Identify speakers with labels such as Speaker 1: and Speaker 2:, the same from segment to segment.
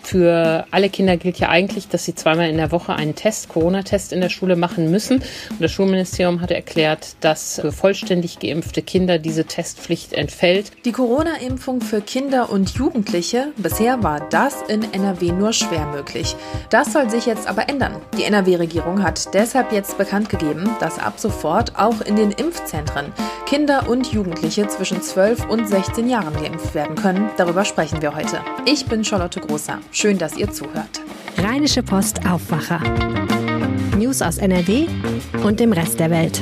Speaker 1: Für alle Kinder gilt ja eigentlich, dass sie zweimal in der Woche einen Corona-Test in der Schule machen müssen. Und das Schulministerium hatte erklärt, dass für vollständig geimpfte Kinder diese Testpflicht entfällt.
Speaker 2: Die Corona-Impfung für Kinder und Jugendliche, bisher war das in NRW nur schwer möglich. Das soll sich jetzt aber ändern. Die NRW-Regierung hat deshalb jetzt bekannt gegeben, dass ab sofort auch in den Impfzentren Kinder und Jugendliche zwischen 12 und 16 Jahren geimpft werden können. Darüber sprechen wir heute. Ich bin Charlotte Großer. Schön, dass ihr zuhört.
Speaker 3: Rheinische Post Aufwacher. News aus NRW und dem Rest der Welt.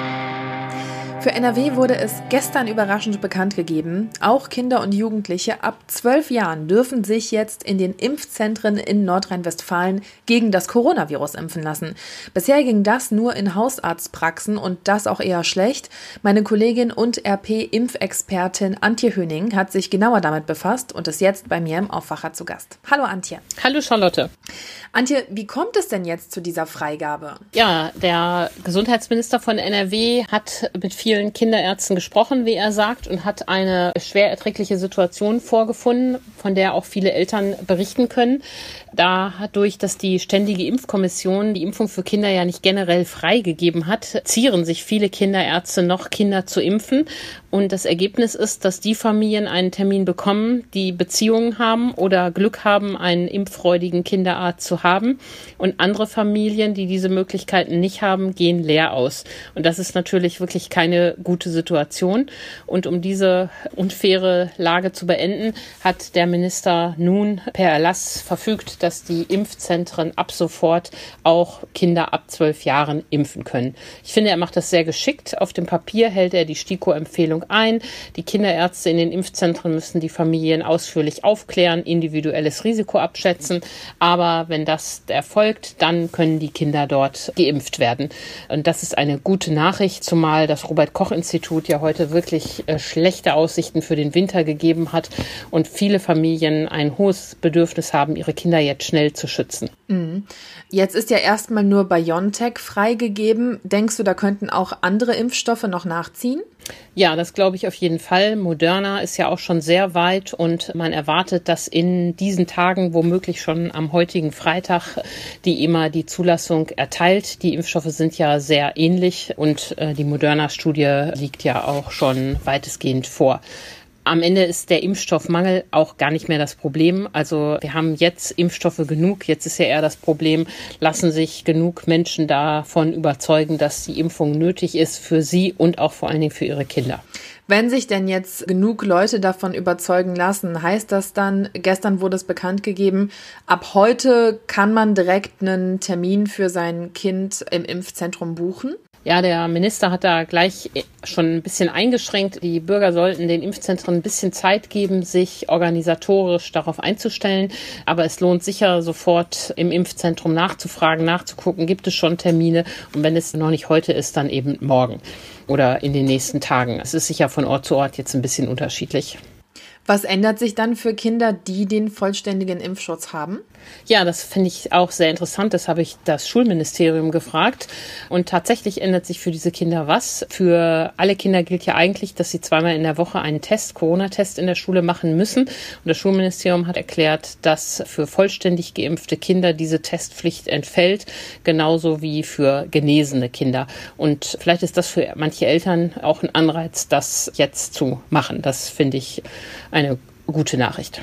Speaker 2: Für NRW wurde es gestern überraschend bekannt gegeben, auch Kinder und Jugendliche ab 12 Jahren dürfen sich jetzt in den Impfzentren in Nordrhein-Westfalen gegen das Coronavirus impfen lassen. Bisher ging das nur in Hausarztpraxen und das auch eher schlecht. Meine Kollegin und RP-Impfexpertin Antje Höning hat sich genauer damit befasst und ist jetzt bei mir im Aufwacher zu Gast. Hallo Antje.
Speaker 1: Hallo Charlotte.
Speaker 2: Antje, wie kommt es denn jetzt zu dieser Freigabe?
Speaker 1: Ja, der Gesundheitsminister von NRW hat mit vielen Kinderärzten gesprochen, wie er sagt, und hat eine schwer erträgliche Situation vorgefunden, von der auch viele Eltern berichten können. Dadurch, dass die Ständige Impfkommission die Impfung für Kinder ja nicht generell freigegeben hat, zieren sich viele Kinderärzte noch, Kinder zu impfen. Und das Ergebnis ist, dass die Familien einen Termin bekommen, die Beziehungen haben oder Glück haben, einen impffreudigen Kinderarzt zu haben. Und andere Familien, die diese Möglichkeiten nicht haben, gehen leer aus. Und das ist natürlich wirklich keine gute Situation. Und um diese unfaire Lage zu beenden, hat der Minister nun per Erlass verfügt, dass die Impfzentren ab sofort auch Kinder ab 12 Jahren impfen können. Ich finde, er macht das sehr geschickt. Auf dem Papier hält er die STIKO-Empfehlung ein. Die Kinderärzte in den Impfzentren müssen die Familien ausführlich aufklären, individuelles Risiko abschätzen. Aber wenn das erfolgt, dann können die Kinder dort geimpft werden. Und das ist eine gute Nachricht, zumal das Robert-Koch-Institut ja heute wirklich schlechte Aussichten für den Winter gegeben hat und viele Familien ein hohes Bedürfnis haben, ihre Kinder jetzt schnell zu schützen.
Speaker 2: Jetzt ist ja erstmal nur BioNTech freigegeben. Denkst du, da könnten auch andere Impfstoffe noch nachziehen?
Speaker 1: Ja, das glaube ich auf jeden Fall. Moderna ist ja auch schon sehr weit und man erwartet, dass in diesen Tagen, womöglich schon am heutigen Freitag, die EMA die Zulassung erteilt. Die Impfstoffe sind ja sehr ähnlich und die Moderna-Studie liegt ja auch schon weitestgehend vor. Am Ende ist der Impfstoffmangel auch gar nicht mehr das Problem. Also wir haben jetzt Impfstoffe genug. Jetzt ist ja eher das Problem, lassen sich genug Menschen davon überzeugen, dass die Impfung nötig ist für sie und auch vor allen Dingen für ihre Kinder.
Speaker 2: Wenn sich denn jetzt genug Leute davon überzeugen lassen, heißt das dann, gestern wurde es bekannt gegeben, ab heute kann man direkt einen Termin für sein Kind im Impfzentrum buchen?
Speaker 1: Ja, der Minister hat da gleich schon ein bisschen eingeschränkt. Die Bürger sollten den Impfzentren ein bisschen Zeit geben, sich organisatorisch darauf einzustellen. Aber es lohnt sicher, sofort im Impfzentrum nachzufragen, nachzugucken, gibt es schon Termine? Und wenn es noch nicht heute ist, dann eben morgen oder in den nächsten Tagen. Es ist sicher von Ort zu Ort jetzt ein bisschen unterschiedlich.
Speaker 2: Was ändert sich dann für Kinder, die den vollständigen Impfschutz haben?
Speaker 1: Ja, das finde ich auch sehr interessant. Das habe ich das Schulministerium gefragt. Und tatsächlich ändert sich für diese Kinder was. Für alle Kinder gilt ja eigentlich, dass sie zweimal in der Woche einen Corona-Test in der Schule machen müssen. Und das Schulministerium hat erklärt, dass für vollständig geimpfte Kinder diese Testpflicht entfällt, genauso wie für genesene Kinder. Und vielleicht ist das für manche Eltern auch ein Anreiz, das jetzt zu machen. Das finde ich eine gute Nachricht.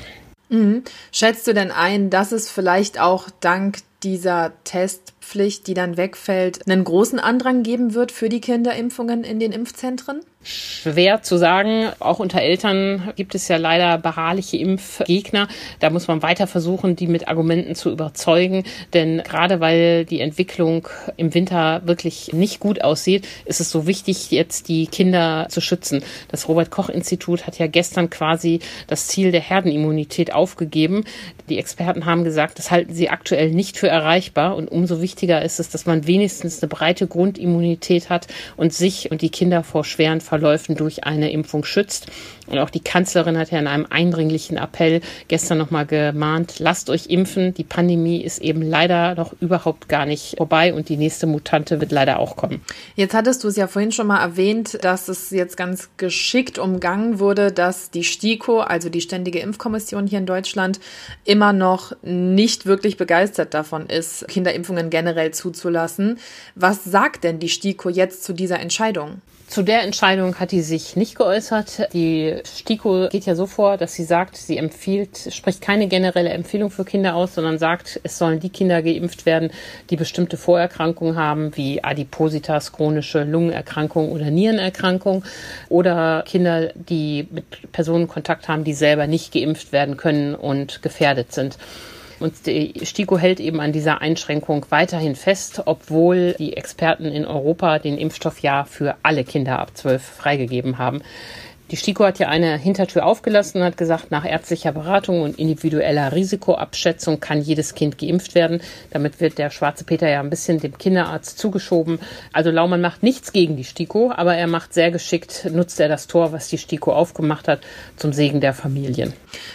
Speaker 2: Schätzt du denn ein, dass es vielleicht auch dank dieser Testpflicht, die dann wegfällt, einen großen Andrang geben wird für die Kinderimpfungen in den Impfzentren?
Speaker 1: Schwer zu sagen. Auch unter Eltern gibt es ja leider beharrliche Impfgegner. Da muss man weiter versuchen, die mit Argumenten zu überzeugen. Denn gerade weil die Entwicklung im Winter wirklich nicht gut aussieht, ist es so wichtig, jetzt die Kinder zu schützen. Das Robert-Koch-Institut hat ja gestern quasi das Ziel der Herdenimmunität aufgegeben. Die Experten haben gesagt, das halten sie aktuell nicht für erreichbar. Und umso wichtiger ist es, dass man wenigstens eine breite Grundimmunität hat und sich und die Kinder vor schweren Verläufen durch eine Impfung schützt. Und auch die Kanzlerin hat ja in einem eindringlichen Appell gestern nochmal gemahnt, lasst euch impfen. Die Pandemie ist eben leider noch überhaupt gar nicht vorbei und die nächste Mutante wird leider auch kommen.
Speaker 2: Jetzt hattest du es ja vorhin schon mal erwähnt, dass es jetzt ganz geschickt umgangen wurde, dass die STIKO, also die Ständige Impfkommission hier in Deutschland, immer noch nicht wirklich begeistert davon ist, Kinderimpfungen generell zuzulassen. Was sagt denn die STIKO jetzt zu dieser Entscheidung?
Speaker 1: Zu der Entscheidung hat die sich nicht geäußert. Die STIKO geht ja so vor, dass sie sagt, sie spricht keine generelle Empfehlung für Kinder aus, sondern sagt, es sollen die Kinder geimpft werden, die bestimmte Vorerkrankungen haben, wie Adipositas, chronische Lungenerkrankung oder Nierenerkrankung, oder Kinder, die mit Personen Kontakt haben, die selber nicht geimpft werden können und gefährdet sind. Und die STIKO hält eben an dieser Einschränkung weiterhin fest, obwohl die Experten in Europa den Impfstoff ja für alle Kinder ab 12 freigegeben haben. Die STIKO hat ja eine Hintertür aufgelassen und hat gesagt, nach ärztlicher Beratung und individueller Risikoabschätzung kann jedes Kind geimpft werden. Damit wird der schwarze Peter ja ein bisschen dem Kinderarzt zugeschoben. Also Laumann macht nichts gegen die STIKO, aber er macht sehr geschickt, nutzt er das Tor, was die STIKO aufgemacht hat, zum Segen der Familien.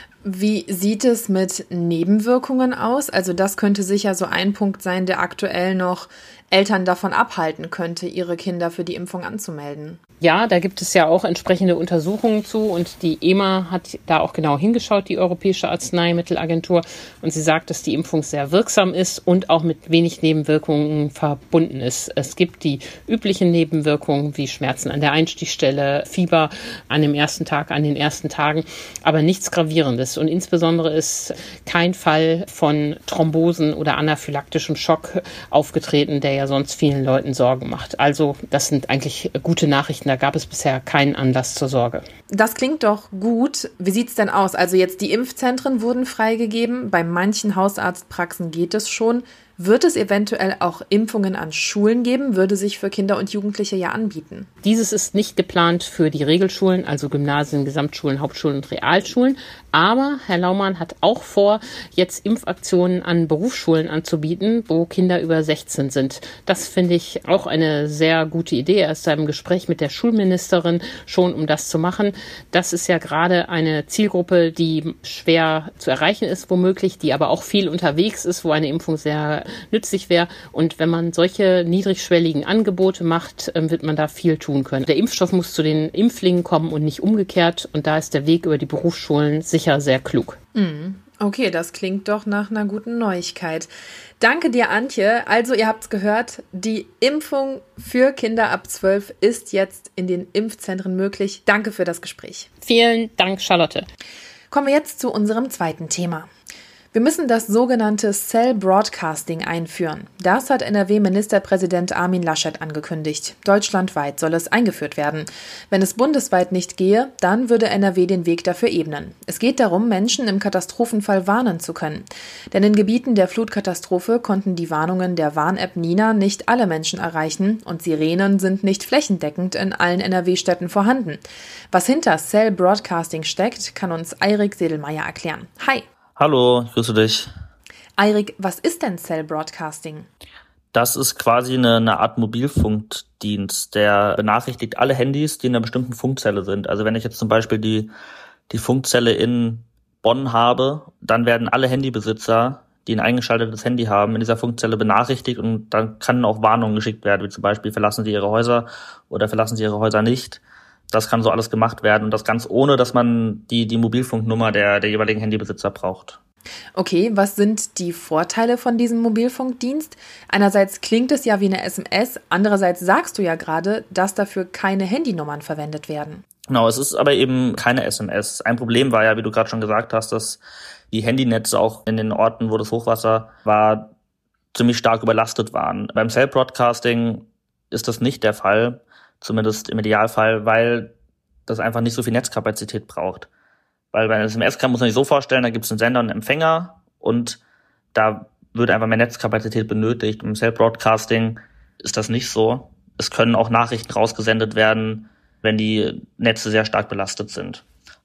Speaker 2: Wie sieht es mit Nebenwirkungen aus? Also das könnte sicher so ein Punkt sein, der aktuell noch Eltern davon abhalten könnte, ihre Kinder für die Impfung anzumelden.
Speaker 1: Ja, da gibt es ja auch entsprechende Untersuchungen zu und die EMA hat da auch genau hingeschaut, die Europäische Arzneimittelagentur, und sie sagt, dass die Impfung sehr wirksam ist und auch mit wenig Nebenwirkungen verbunden ist. Es gibt die üblichen Nebenwirkungen wie Schmerzen an der Einstichstelle, Fieber an den ersten Tagen, aber nichts Gravierendes, und insbesondere ist kein Fall von Thrombosen oder anaphylaktischem Schock aufgetreten, der ja sonst vielen Leuten Sorgen macht. Also das sind eigentlich gute Nachrichten. Da gab es bisher keinen Anlass zur Sorge.
Speaker 2: Das klingt doch gut. Wie sieht es denn aus? Also jetzt die Impfzentren wurden freigegeben. Bei manchen Hausarztpraxen geht es schon. Wird es eventuell auch Impfungen an Schulen geben? Würde sich für Kinder und Jugendliche ja anbieten.
Speaker 1: Dieses ist nicht geplant für die Regelschulen, also Gymnasien, Gesamtschulen, Hauptschulen und Realschulen. Aber Herr Laumann hat auch vor, jetzt Impfaktionen an Berufsschulen anzubieten, wo Kinder über 16 sind. Das finde ich auch eine sehr gute Idee. Er ist da im Gespräch mit der Schulministerin schon, um das zu machen. Das ist ja gerade eine Zielgruppe, die schwer zu erreichen ist, womöglich, die aber auch viel unterwegs ist, wo eine Impfung sehr nützlich wäre. Und wenn man solche niedrigschwelligen Angebote macht, wird man da viel tun können. Der Impfstoff muss zu den Impflingen kommen und nicht umgekehrt. Und da ist der Weg über die Berufsschulen sicher sehr klug.
Speaker 2: Okay, das klingt doch nach einer guten Neuigkeit. Danke dir, Antje. Also, ihr habt's gehört, die Impfung für Kinder ab 12 ist jetzt in den Impfzentren möglich. Danke für das Gespräch.
Speaker 1: Vielen Dank, Charlotte.
Speaker 2: Kommen wir jetzt zu unserem zweiten Thema. Wir müssen das sogenannte Cell Broadcasting einführen. Das hat NRW-Ministerpräsident Armin Laschet angekündigt. Deutschlandweit soll es eingeführt werden. Wenn es bundesweit nicht gehe, dann würde NRW den Weg dafür ebnen. Es geht darum, Menschen im Katastrophenfall warnen zu können. Denn in Gebieten der Flutkatastrophe konnten die Warnungen der Warn-App Nina nicht alle Menschen erreichen und Sirenen sind nicht flächendeckend in allen NRW-Städten vorhanden. Was hinter Cell Broadcasting steckt, kann uns Eirik Sedelmeier erklären. Hi!
Speaker 4: Hallo, ich grüße dich.
Speaker 2: Eirik, was ist denn Cell Broadcasting?
Speaker 4: Das ist quasi eine Art Mobilfunkdienst, der benachrichtigt alle Handys, die in einer bestimmten Funkzelle sind. Also wenn ich jetzt zum Beispiel die Funkzelle in Bonn habe, dann werden alle Handybesitzer, die ein eingeschaltetes Handy haben, in dieser Funkzelle benachrichtigt und dann kann auch Warnungen geschickt werden, wie zum Beispiel verlassen Sie Ihre Häuser oder verlassen Sie Ihre Häuser nicht. Das kann so alles gemacht werden und das ganz ohne, dass man die Mobilfunknummer der jeweiligen Handybesitzer braucht.
Speaker 2: Okay, was sind die Vorteile von diesem Mobilfunkdienst? Einerseits klingt es ja wie eine SMS, andererseits sagst du ja gerade, dass dafür keine Handynummern verwendet werden.
Speaker 4: Genau, es ist aber eben keine SMS. Ein Problem war ja, wie du gerade schon gesagt hast, dass die Handynetze auch in den Orten, wo das Hochwasser war, ziemlich stark überlastet waren. Beim Cell Broadcasting ist das nicht der Fall. Zumindest im Idealfall, weil das einfach nicht so viel Netzkapazität braucht. Weil bei einer SMS muss man sich so vorstellen, da gibt es einen Sender und einen Empfänger und da wird einfach mehr Netzkapazität benötigt. Im Cell Broadcasting ist das nicht so. Es können auch Nachrichten rausgesendet werden, wenn die Netze sehr stark belastet sind.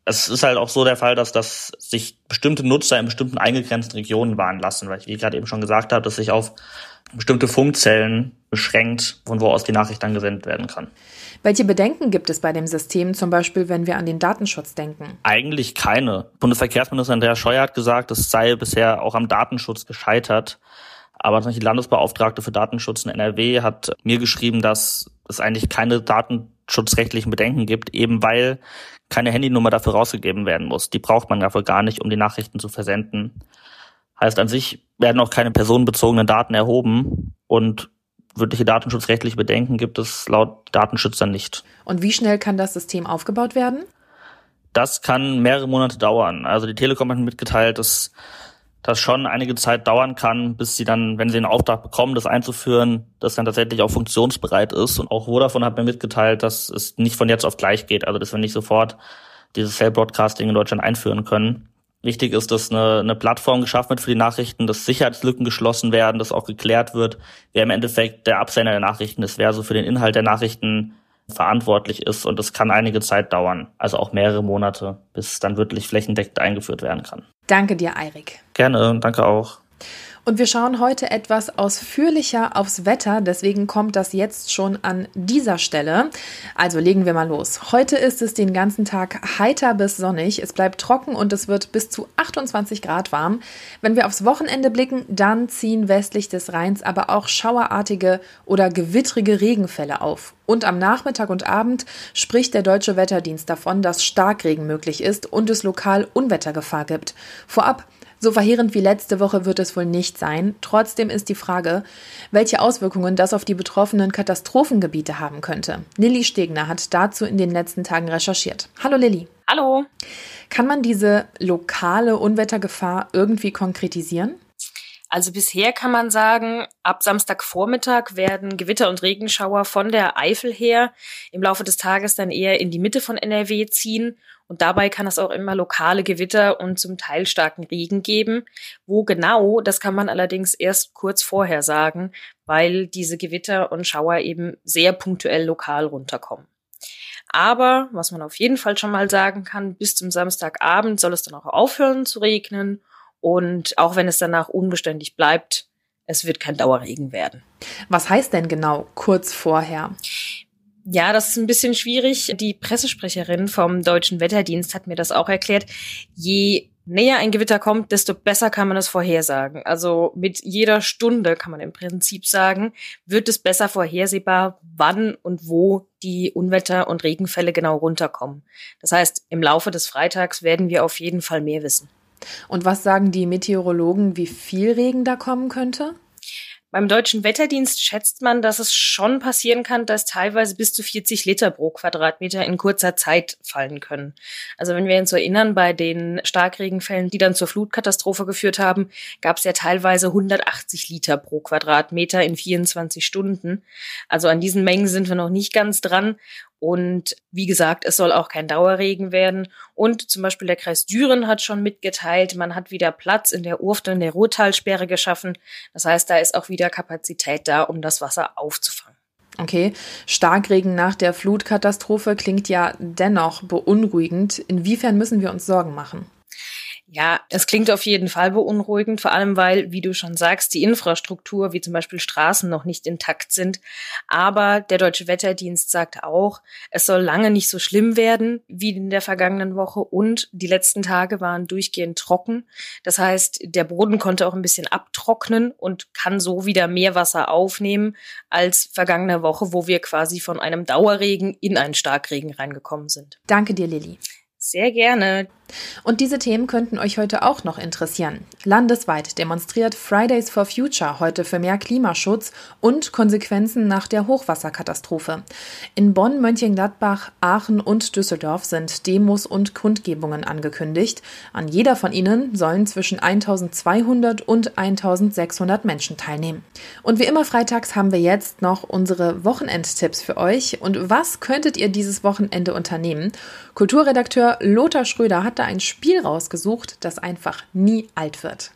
Speaker 4: Es ist halt auch so der Fall, dass sich bestimmte Nutzer in bestimmten eingegrenzten Regionen warnen lassen, weil ich, wie ich gerade eben schon gesagt habe, dass sich auf bestimmte Funkzellen beschränkt, von wo aus die Nachricht dann gesendet werden kann.
Speaker 2: Welche Bedenken gibt es bei dem System, zum Beispiel, wenn wir an den Datenschutz denken?
Speaker 4: Eigentlich keine. Bundesverkehrsminister Andreas Scheuer hat gesagt, es sei bisher auch am Datenschutz gescheitert. Aber die Landesbeauftragte für Datenschutz in NRW hat mir geschrieben, dass es eigentlich keine datenschutzrechtlichen Bedenken gibt, eben weil keine Handynummer dafür rausgegeben werden muss. Die braucht man dafür gar nicht, um die Nachrichten zu versenden. Heißt, an sich werden auch keine personenbezogenen Daten erhoben und wirkliche datenschutzrechtliche Bedenken gibt es laut Datenschützern nicht.
Speaker 2: Und wie schnell kann das System aufgebaut werden?
Speaker 4: Das kann mehrere Monate dauern. Also die Telekom hat mitgeteilt, dass das schon einige Zeit dauern kann, bis sie dann, wenn sie den Auftrag bekommen, das einzuführen, das dann tatsächlich auch funktionsbereit ist. Und auch Vodafone hat mir mitgeteilt, dass es nicht von jetzt auf gleich geht, also dass wir nicht sofort dieses Cell Broadcasting in Deutschland einführen können. Wichtig ist, dass eine Plattform geschaffen wird für die Nachrichten, dass Sicherheitslücken geschlossen werden, dass auch geklärt wird, wer im Endeffekt der Absender der Nachrichten ist, wer so für den Inhalt der Nachrichten verantwortlich ist. Und das kann einige Zeit dauern, also auch mehrere Monate, bis es dann wirklich flächendeckend eingeführt werden kann.
Speaker 2: Danke dir, Eirik.
Speaker 4: Gerne, danke auch.
Speaker 2: Und wir schauen heute etwas ausführlicher aufs Wetter, deswegen kommt das jetzt schon an dieser Stelle. Also legen wir mal los. Heute ist es den ganzen Tag heiter bis sonnig. Es bleibt trocken und es wird bis zu 28 Grad warm. Wenn wir aufs Wochenende blicken, dann ziehen westlich des Rheins aber auch schauerartige oder gewittrige Regenfälle auf. Und am Nachmittag und Abend spricht der Deutsche Wetterdienst davon, dass Starkregen möglich ist und es lokal Unwettergefahr gibt. Vorab: So verheerend wie letzte Woche wird es wohl nicht sein. Trotzdem ist die Frage, welche Auswirkungen das auf die betroffenen Katastrophengebiete haben könnte. Lilly Stegner hat dazu in den letzten Tagen recherchiert. Hallo Lilly.
Speaker 5: Hallo.
Speaker 2: Kann man diese lokale Unwettergefahr irgendwie konkretisieren?
Speaker 5: Also bisher kann man sagen, ab Samstagvormittag werden Gewitter und Regenschauer von der Eifel her im Laufe des Tages dann eher in die Mitte von NRW ziehen. Und dabei kann es auch immer lokale Gewitter und zum Teil starken Regen geben. Wo genau, das kann man allerdings erst kurz vorher sagen, weil diese Gewitter und Schauer eben sehr punktuell lokal runterkommen. Aber, was man auf jeden Fall schon mal sagen kann, bis zum Samstagabend soll es dann auch aufhören zu regnen. Und auch wenn es danach unbeständig bleibt, es wird kein Dauerregen werden.
Speaker 2: Was heißt denn genau kurz vorher?
Speaker 5: Ja, das ist ein bisschen schwierig. Die Pressesprecherin vom Deutschen Wetterdienst hat mir das auch erklärt. Je näher ein Gewitter kommt, desto besser kann man es vorhersagen. Also mit jeder Stunde, kann man im Prinzip sagen, wird es besser vorhersehbar, wann und wo die Unwetter- und Regenfälle genau runterkommen. Das heißt, im Laufe des Freitags werden wir auf jeden Fall mehr wissen.
Speaker 2: Und was sagen die Meteorologen, wie viel Regen da kommen könnte?
Speaker 5: Beim Deutschen Wetterdienst schätzt man, dass es schon passieren kann, dass teilweise bis zu 40 Liter pro Quadratmeter in kurzer Zeit fallen können. Also wenn wir uns erinnern, bei den Starkregenfällen, die dann zur Flutkatastrophe geführt haben, gab es ja teilweise 180 Liter pro Quadratmeter in 24 Stunden. Also an diesen Mengen sind wir noch nicht ganz dran. Und wie gesagt, es soll auch kein Dauerregen werden. Und zum Beispiel der Kreis Düren hat schon mitgeteilt, man hat wieder Platz in der Urft- und der Ruhrtalsperre geschaffen. Das heißt, da ist auch wieder Kapazität da, um das Wasser aufzufangen.
Speaker 2: Okay, Starkregen nach der Flutkatastrophe klingt ja dennoch beunruhigend. Inwiefern müssen wir uns Sorgen machen?
Speaker 5: Ja, es klingt auf jeden Fall beunruhigend, vor allem weil, wie du schon sagst, die Infrastruktur, wie zum Beispiel Straßen, noch nicht intakt sind. Aber der Deutsche Wetterdienst sagt auch, es soll lange nicht so schlimm werden wie in der vergangenen Woche und die letzten Tage waren durchgehend trocken. Das heißt, der Boden konnte auch ein bisschen abtrocknen und kann so wieder mehr Wasser aufnehmen als vergangene Woche, wo wir quasi von einem Dauerregen in einen Starkregen reingekommen sind.
Speaker 2: Danke dir, Lilly.
Speaker 5: Sehr gerne.
Speaker 2: Und diese Themen könnten euch heute auch noch interessieren. Landesweit demonstriert Fridays for Future heute für mehr Klimaschutz und Konsequenzen nach der Hochwasserkatastrophe. In Bonn, Mönchengladbach, Aachen und Düsseldorf sind Demos und Kundgebungen angekündigt. An jeder von ihnen sollen zwischen 1200 und 1600 Menschen teilnehmen. Und wie immer freitags haben wir jetzt noch unsere Wochenendtipps für euch. Und was könntet ihr dieses Wochenende unternehmen? Kulturredakteur Lothar Schröder hat ein Spiel rausgesucht, das einfach nie alt wird.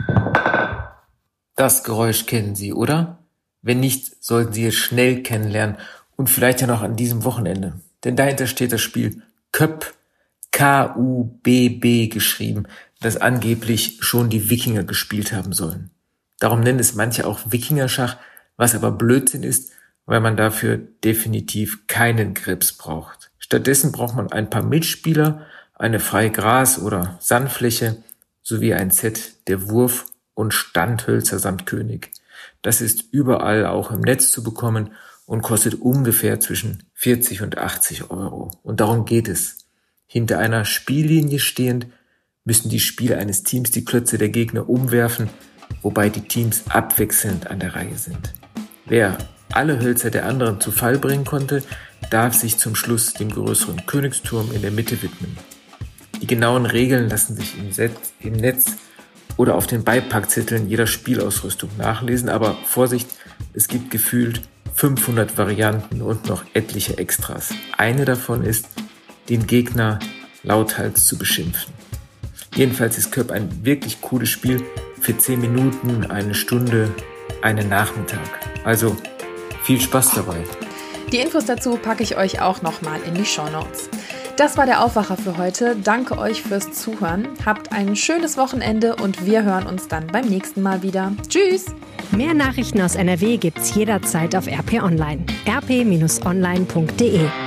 Speaker 6: Das Geräusch kennen Sie, oder? Wenn nicht, sollten Sie es schnell kennenlernen und vielleicht ja noch an diesem Wochenende. Denn dahinter steht das Spiel Köpp, KUBB geschrieben, das angeblich schon die Wikinger gespielt haben sollen. Darum nennen es manche auch Wikingerschach, was aber Blödsinn ist, weil man dafür definitiv keinen Grips braucht. Stattdessen braucht man ein paar Mitspieler, eine freie Gras- oder Sandfläche sowie ein Set der Wurf- und Standhölzer samt König. Das ist überall auch im Netz zu bekommen und kostet ungefähr zwischen 40 und 80 Euro. Und darum geht es. Hinter einer Spiellinie stehend müssen die Spieler eines Teams die Klötze der Gegner umwerfen, wobei die Teams abwechselnd an der Reihe sind. Wer alle Hölzer der anderen zu Fall bringen konnte, darf sich zum Schluss dem größeren Königsturm in der Mitte widmen. Die genauen Regeln lassen sich im Netz oder auf den Beipackzetteln jeder Spielausrüstung nachlesen, aber Vorsicht, es gibt gefühlt 500 Varianten und noch etliche Extras. Eine davon ist, den Gegner lauthals zu beschimpfen. Jedenfalls ist Köp ein wirklich cooles Spiel für 10 Minuten, eine Stunde, einen Nachmittag. Also viel Spaß dabei.
Speaker 2: Die Infos dazu packe ich euch auch nochmal in die Shownotes. Das war der Aufwacher für heute. Danke euch fürs Zuhören. Habt ein schönes Wochenende und wir hören uns dann beim nächsten Mal wieder. Tschüss!
Speaker 3: Mehr Nachrichten aus NRW gibt's jederzeit auf RP Online. rp-online.de